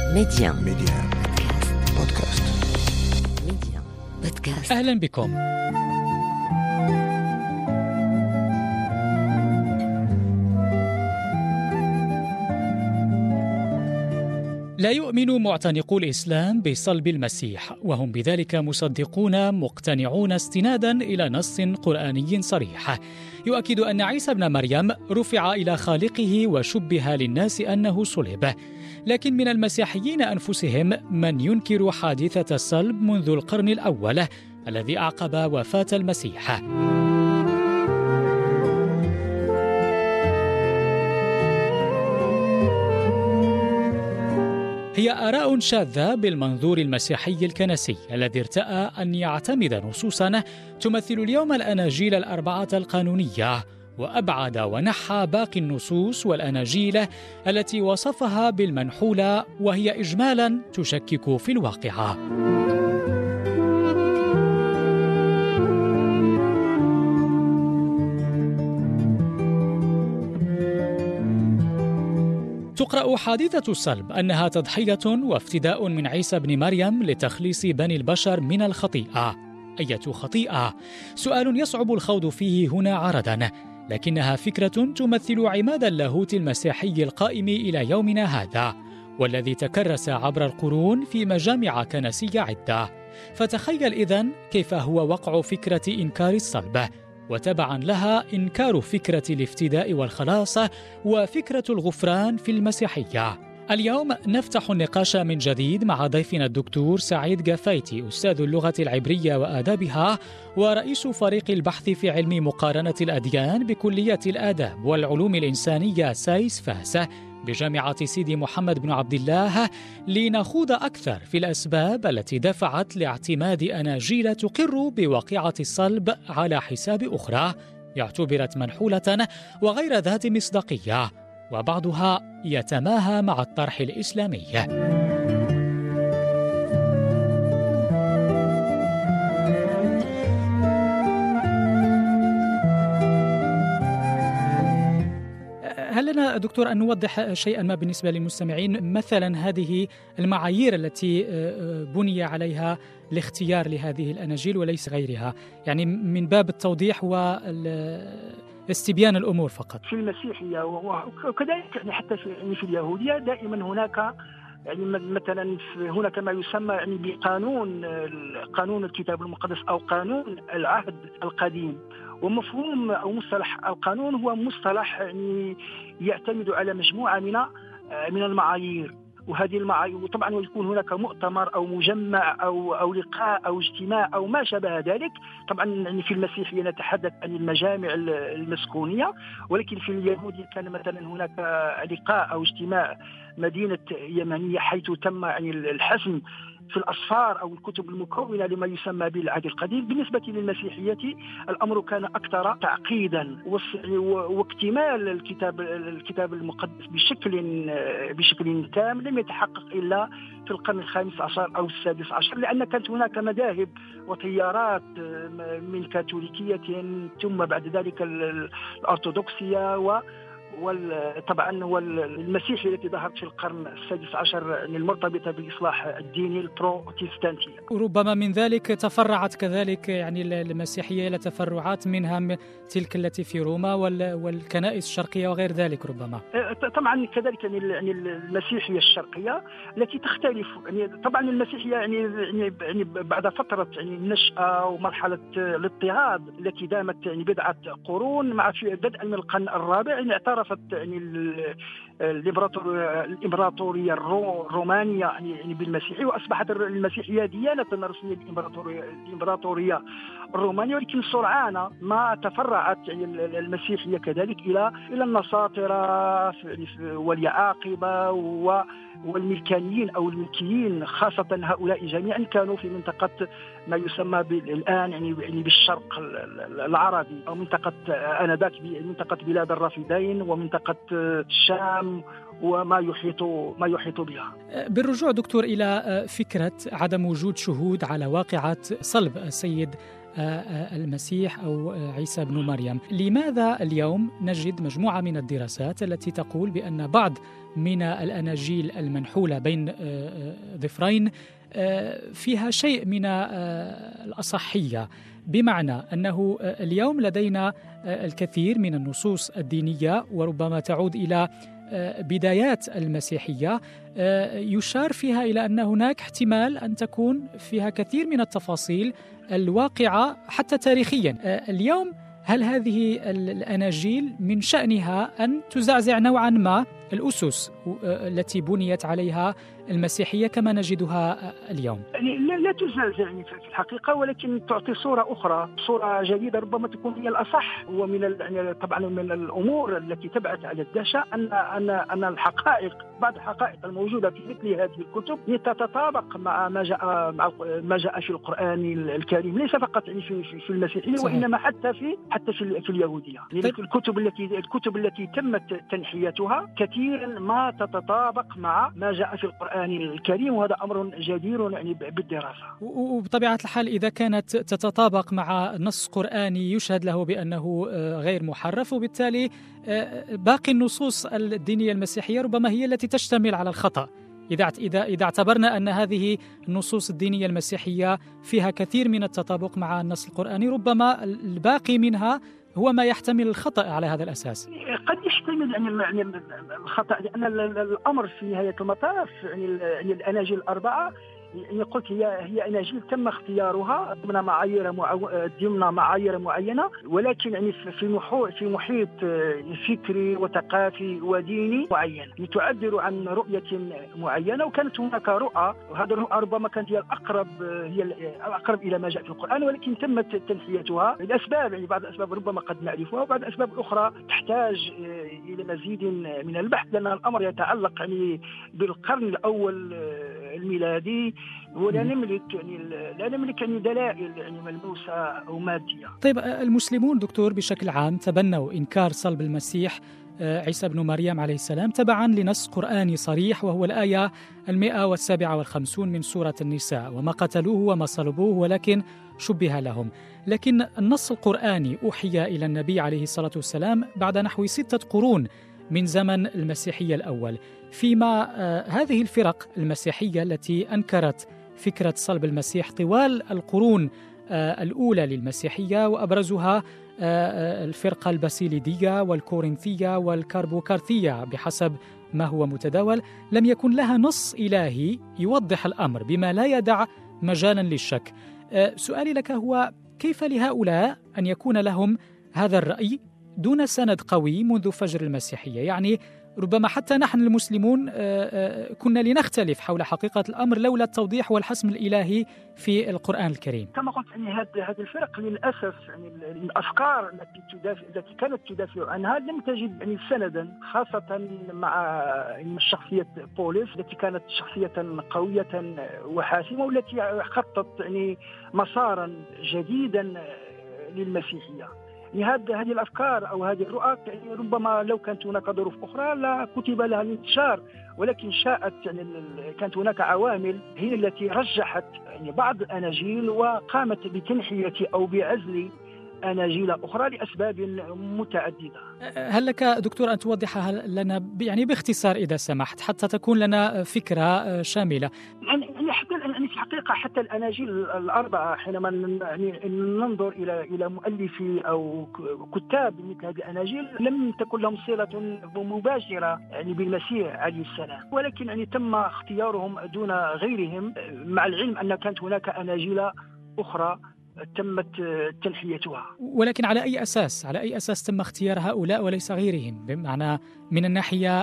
ميديان بودكاست. ميديان بودكاست. أهلا بكم. لا يؤمن معتنقو الإسلام بصلب المسيح، وهم بذلك مصدقون مقتنعون استنادا إلى نص قرآني صريح يؤكد أن عيسى ابن مريم رفع إلى خالقه وشبه للناس أنه صلب. لكن من المسيحيين أنفسهم من ينكر حادثة الصلب منذ القرن الأول الذي أعقب وفاة المسيح. هي آراء شاذة بالمنظور المسيحي الكنسي الذي ارتأى أن يعتمد نصوصا تمثل اليوم الأناجيل الأربعة القانونية، وأبعد ونحى باقي النصوص والأناجيل التي وصفها بالمنحولة، وهي إجمالا تشكك في الواقعة. تقرأ حادثة الصلب أنها تضحية وافتداء من عيسى بن مريم لتخليص بني البشر من الخطيئة. أية خطيئة؟ سؤال يصعب الخوض فيه هنا عرضا، لكنها فكرة تمثل عماد اللاهوت المسيحي القائم إلى يومنا هذا، والذي تكرس عبر القرون في مجامع كنسية عدة. فتخيل إذن كيف هو وقع فكرة إنكار الصلب، وتبعا لها إنكار فكرة الافتداء والخلاص وفكرة الغفران في المسيحية. اليوم نفتح النقاش من جديد مع ضيفنا الدكتور سعيد جافايتي، أستاذ اللغة العبرية وآدابها ورئيس فريق البحث في علم مقارنة الأديان بكلية الآداب والعلوم الإنسانية سايس فاس بجامعة سيدي محمد بن عبد الله، لنخوض أكثر في الأسباب التي دفعت لاعتماد أناجيل تقر بواقعة الصلب على حساب أخرى اعتبرت منحولة وغير ذات مصداقية، وبعضها يتماهى مع الطرح الإسلامي. هل لنا دكتور أن نوضح شيئا ما بالنسبة للمستمعين، مثلا هذه المعايير التي بني عليها الاختيار لهذه الأناجيل وليس غيرها، يعني من باب التوضيح واستبيان الأمور فقط؟ في المسيحية وكذلك يعني حتى في اليهودية دائما هناك يعني مثلا هناك ما يسمى يعني قانون الكتاب المقدس أو قانون العهد القديم. ومفهوم أو مصطلح القانون هو مصطلح يعني يعتمد على مجموعة من المعايير، وهذه المعايير وطبعا يكون هناك مؤتمر أو مجمع أو لقاء أو اجتماع أو ما شابه ذلك. طبعا يعني في المسيحية نتحدث عن المجامع المسكونية، ولكن في اليهود كان مثلا هناك لقاء أو اجتماع مدينة يمنية حيث تم يعني الحسم في الأسفار أو الكتب المكونة لما يسمى بالعهد القديم. بالنسبة للمسيحية الأمر كان أكثر تعقيدا واكتمال الكتاب المقدس بشكل تام لم يتحقق إلا في القرن الخامس عشر أو السادس عشر، لأن كانت هناك مذاهب وتيارات من كاثوليكية ثم بعد ذلك الأرثوذكسية طبعا والمسيحية التي ظهرت في القرن السادس عشر المرتبطة بالإصلاح الديني البروتستانتي. وربما من ذلك تفرعت كذلك يعني المسيحية إلى تفرعات منها تلك التي في روما والكنائس الشرقية وغير ذلك ربما. طبعا كذلك يعني المسيحية الشرقية التي تختلف يعني طبعا المسيحية يعني بعد فترة يعني النشأة ومرحلة الاضطهاد التي دامت يعني بضعة قرون مع بدءا من القرن الرابع يعني اعترفت يعني الإمبراطورية الرومانية يعني بالمسيحية، وأصبحت المسيحية ديانة رسمية الإمبراطورية الرومانية. ولكن سرعان ما تفرعت يعني المسيحية كذلك إلى النصارى واليعاقبة والملكانيين أو الملكيين، خاصة هؤلاء جميعا كانوا في منطقة ما يسمى الآن يعني بالشرق العربي أو منطقة آنذاك منطقة بلاد الرافدين ومنطقة الشام وما يحيط بها. بالرجوع دكتور إلى فكرة عدم وجود شهود على واقعة صلب السيد المسيح أو عيسى بن مريم. لماذا اليوم نجد مجموعة من الدراسات التي تقول بأن بعض من الأناجيل المنحولة بين ضفرين فيها شيء من الأصحية، بمعنى أنه اليوم لدينا الكثير من النصوص الدينية وربما تعود إلى بدايات المسيحية يشار فيها إلى أن هناك احتمال أن تكون فيها كثير من التفاصيل الواقعة حتى تاريخيا. اليوم هل هذه الأناجيل من شأنها أن تزعزع نوعا ما الأسس التي بنيت عليها المسيحية كما نجدها اليوم؟ يعني لا تزعزع يعني في الحقيقة، ولكن تعطي صورة أخرى، صورة جديدة ربما تكون هي الأصح. ومن يعني طبعا من الأمور التي تبعث على الدهشة أن الحقائق، بعض الحقائق الموجودة في مثل هذه الكتب تتطابق مع ما جاء في القرآن الكريم، ليس فقط يعني في المسيحية صحيح. وإنما حتى في اليهودية. يعني في الكتب التي تمت تنحيتها كثيرا ما تتطابق مع ما جاء في القرآن الكريم، وهذا أمر جدير يعني بالدراسة. وبطبيعة الحال إذا كانت تتطابق مع نص قرآني يشهد له بأنه غير محرف، وبالتالي باقي النصوص الدينية المسيحية ربما هي التي تشتمل على الخطأ. إذا اعتبرنا أن هذه النصوص الدينية المسيحية فيها كثير من التطابق مع النص القرآني، ربما الباقي منها هو ما يحتمل الخطأ على هذا الأساس. قد يحتمل يعني الخطأ، لأن الأمر في نهاية المطاف يعني الأناجيل الأربعة يعني قلت هي أناجيل تم اختيارها ضمن معايير معينة، ولكن يعني في محيط فكري وثقافي وديني معين، تعبر عن رؤية معينة. وكانت هناك رؤى، وهذه الرؤى ربما كانت هي الأقرب إلى ما جاء في القرآن، ولكن تمت تنحيتها لأسباب، يعني بعض الأسباب ربما قد نعرفها، وبعض الأسباب الأخرى تحتاج إلى مزيد من البحث، لأن الأمر يتعلق يعني بالقرن الأول الميلادي، ولا نملك يعني دلائل يعني ملموسة أو مادية. طيب المسلمون دكتور بشكل عام تبنوا إنكار صلب المسيح عيسى بن مريم عليه السلام تبعا لنص قرآني صريح، وهو الآية 157 من سورة النساء: وما قتلوه وما صلبوه ولكن شبه لهم. لكن النص القرآني أوحي إلى النبي عليه الصلاة والسلام بعد نحو 6 قرون من زمن المسيحية الأول، فيما هذه الفرق المسيحية التي أنكرت فكرة صلب المسيح طوال القرون الأولى للمسيحية، وأبرزها الفرقة الباسيليدية والكورنثية والكاربوكارثية بحسب ما هو متداول، لم يكن لها نص إلهي يوضح الأمر بما لا يدع مجالا للشك. سؤالي لك هو: كيف لهؤلاء أن يكون لهم هذا الرأي دون سند قوي منذ فجر المسيحية؟ يعني ربما حتى نحن المسلمون كنا لنختلف حول حقيقة الأمر لولا التوضيح والحسم الإلهي في القرآن الكريم. كما قلت يعني هذه الفرق للأسف يعني الأفكار التي كانت تدافع عنها لم تجد يعني سندا، خاصة مع شخصية بولس التي كانت شخصية قوية وحاسمة، والتي خطت يعني مسارا جديدا للمسيحية. هذه الأفكار أو هذه الرؤى يعني ربما لو كانت هناك ظروف أخرى لا كتب لها الانتشار، ولكن شاءت يعني كانت هناك عوامل هي التي رجحت يعني بعض الأناجيل وقامت بتنحية أو بعزل أناجيل أخرى لأسباب متعددة. هل لك دكتور أن توضحها لنا يعني باختصار إذا سمحت، حتى تكون لنا فكرة شاملة؟ يعني حتى يعني في الحقيقة حتى الأناجيل الأربعة حينما يعني ننظر إلى مؤلفي أو كتاب مثل هذه الأناجيل لم تكن لهم صلة مباشرة يعني بالمسيح عليه السلام، ولكن يعني تم اختيارهم دون غيرهم، مع العلم أن كانت هناك أناجيل أخرى تمت تنحيتها. ولكن على أي أساس تم اختيار هؤلاء وليس غيرهم، بمعنى من الناحية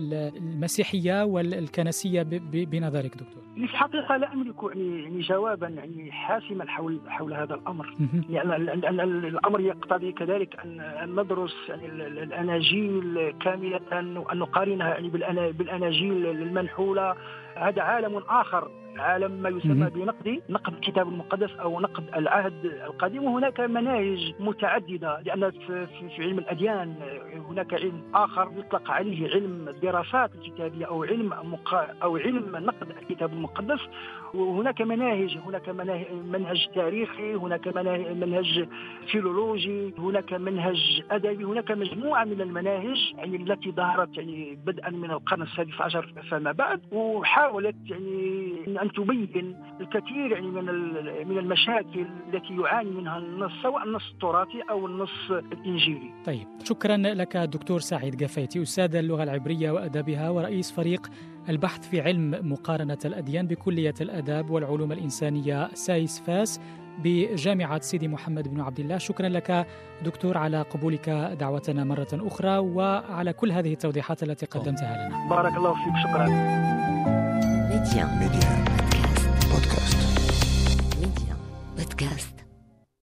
المسيحية والكنسية بنظرك دكتور؟ في الحقيقة لا أملك يعني جوابا يعني حاسما حول هذا الأمر، لأن الأمر يقتضي كذلك أن ندرس يعني الأناجيل كاملة وأن نقارنها يعني بالأناجيل المنحولة. هذا عالم آخر، عالم ما يسمى بنقد الكتاب المقدس أو نقد العهد القديم، وهناك مناهج متعددة، لأن في علم الأديان هناك علم آخر يطلق عليه علم الدراسات الكتابية أو علم نقد الكتاب المقدس. المقدس. وهناك مناهج، منهج تاريخي، هناك منهج فيلولوجي، هناك منهج أدبي، هناك مجموعة من المناهج يعني التي ظهرت يعني بدءا من القرن السادس عشر فما بعد، وحاولت يعني أن تبين الكثير يعني من المشاكل التي يعاني منها النص، سواء النص التراثي أو النص الإنجيلي. طيب، شكرا لك دكتور سعيد قفيتي، أستاذ اللغة العبرية وأدبها ورئيس فريق البحث في علم مقارنة الأديان بكلية الآداب والعلوم الإنسانية سايس فاس بجامعة سيدي محمد بن عبد الله. شكرا لك دكتور على قبولك دعوتنا مرة أخرى وعلى كل هذه التوضيحات التي قدمتها لنا. بارك الله فيك، شكرا. ميديان بودكاست. ميديان بودكاست.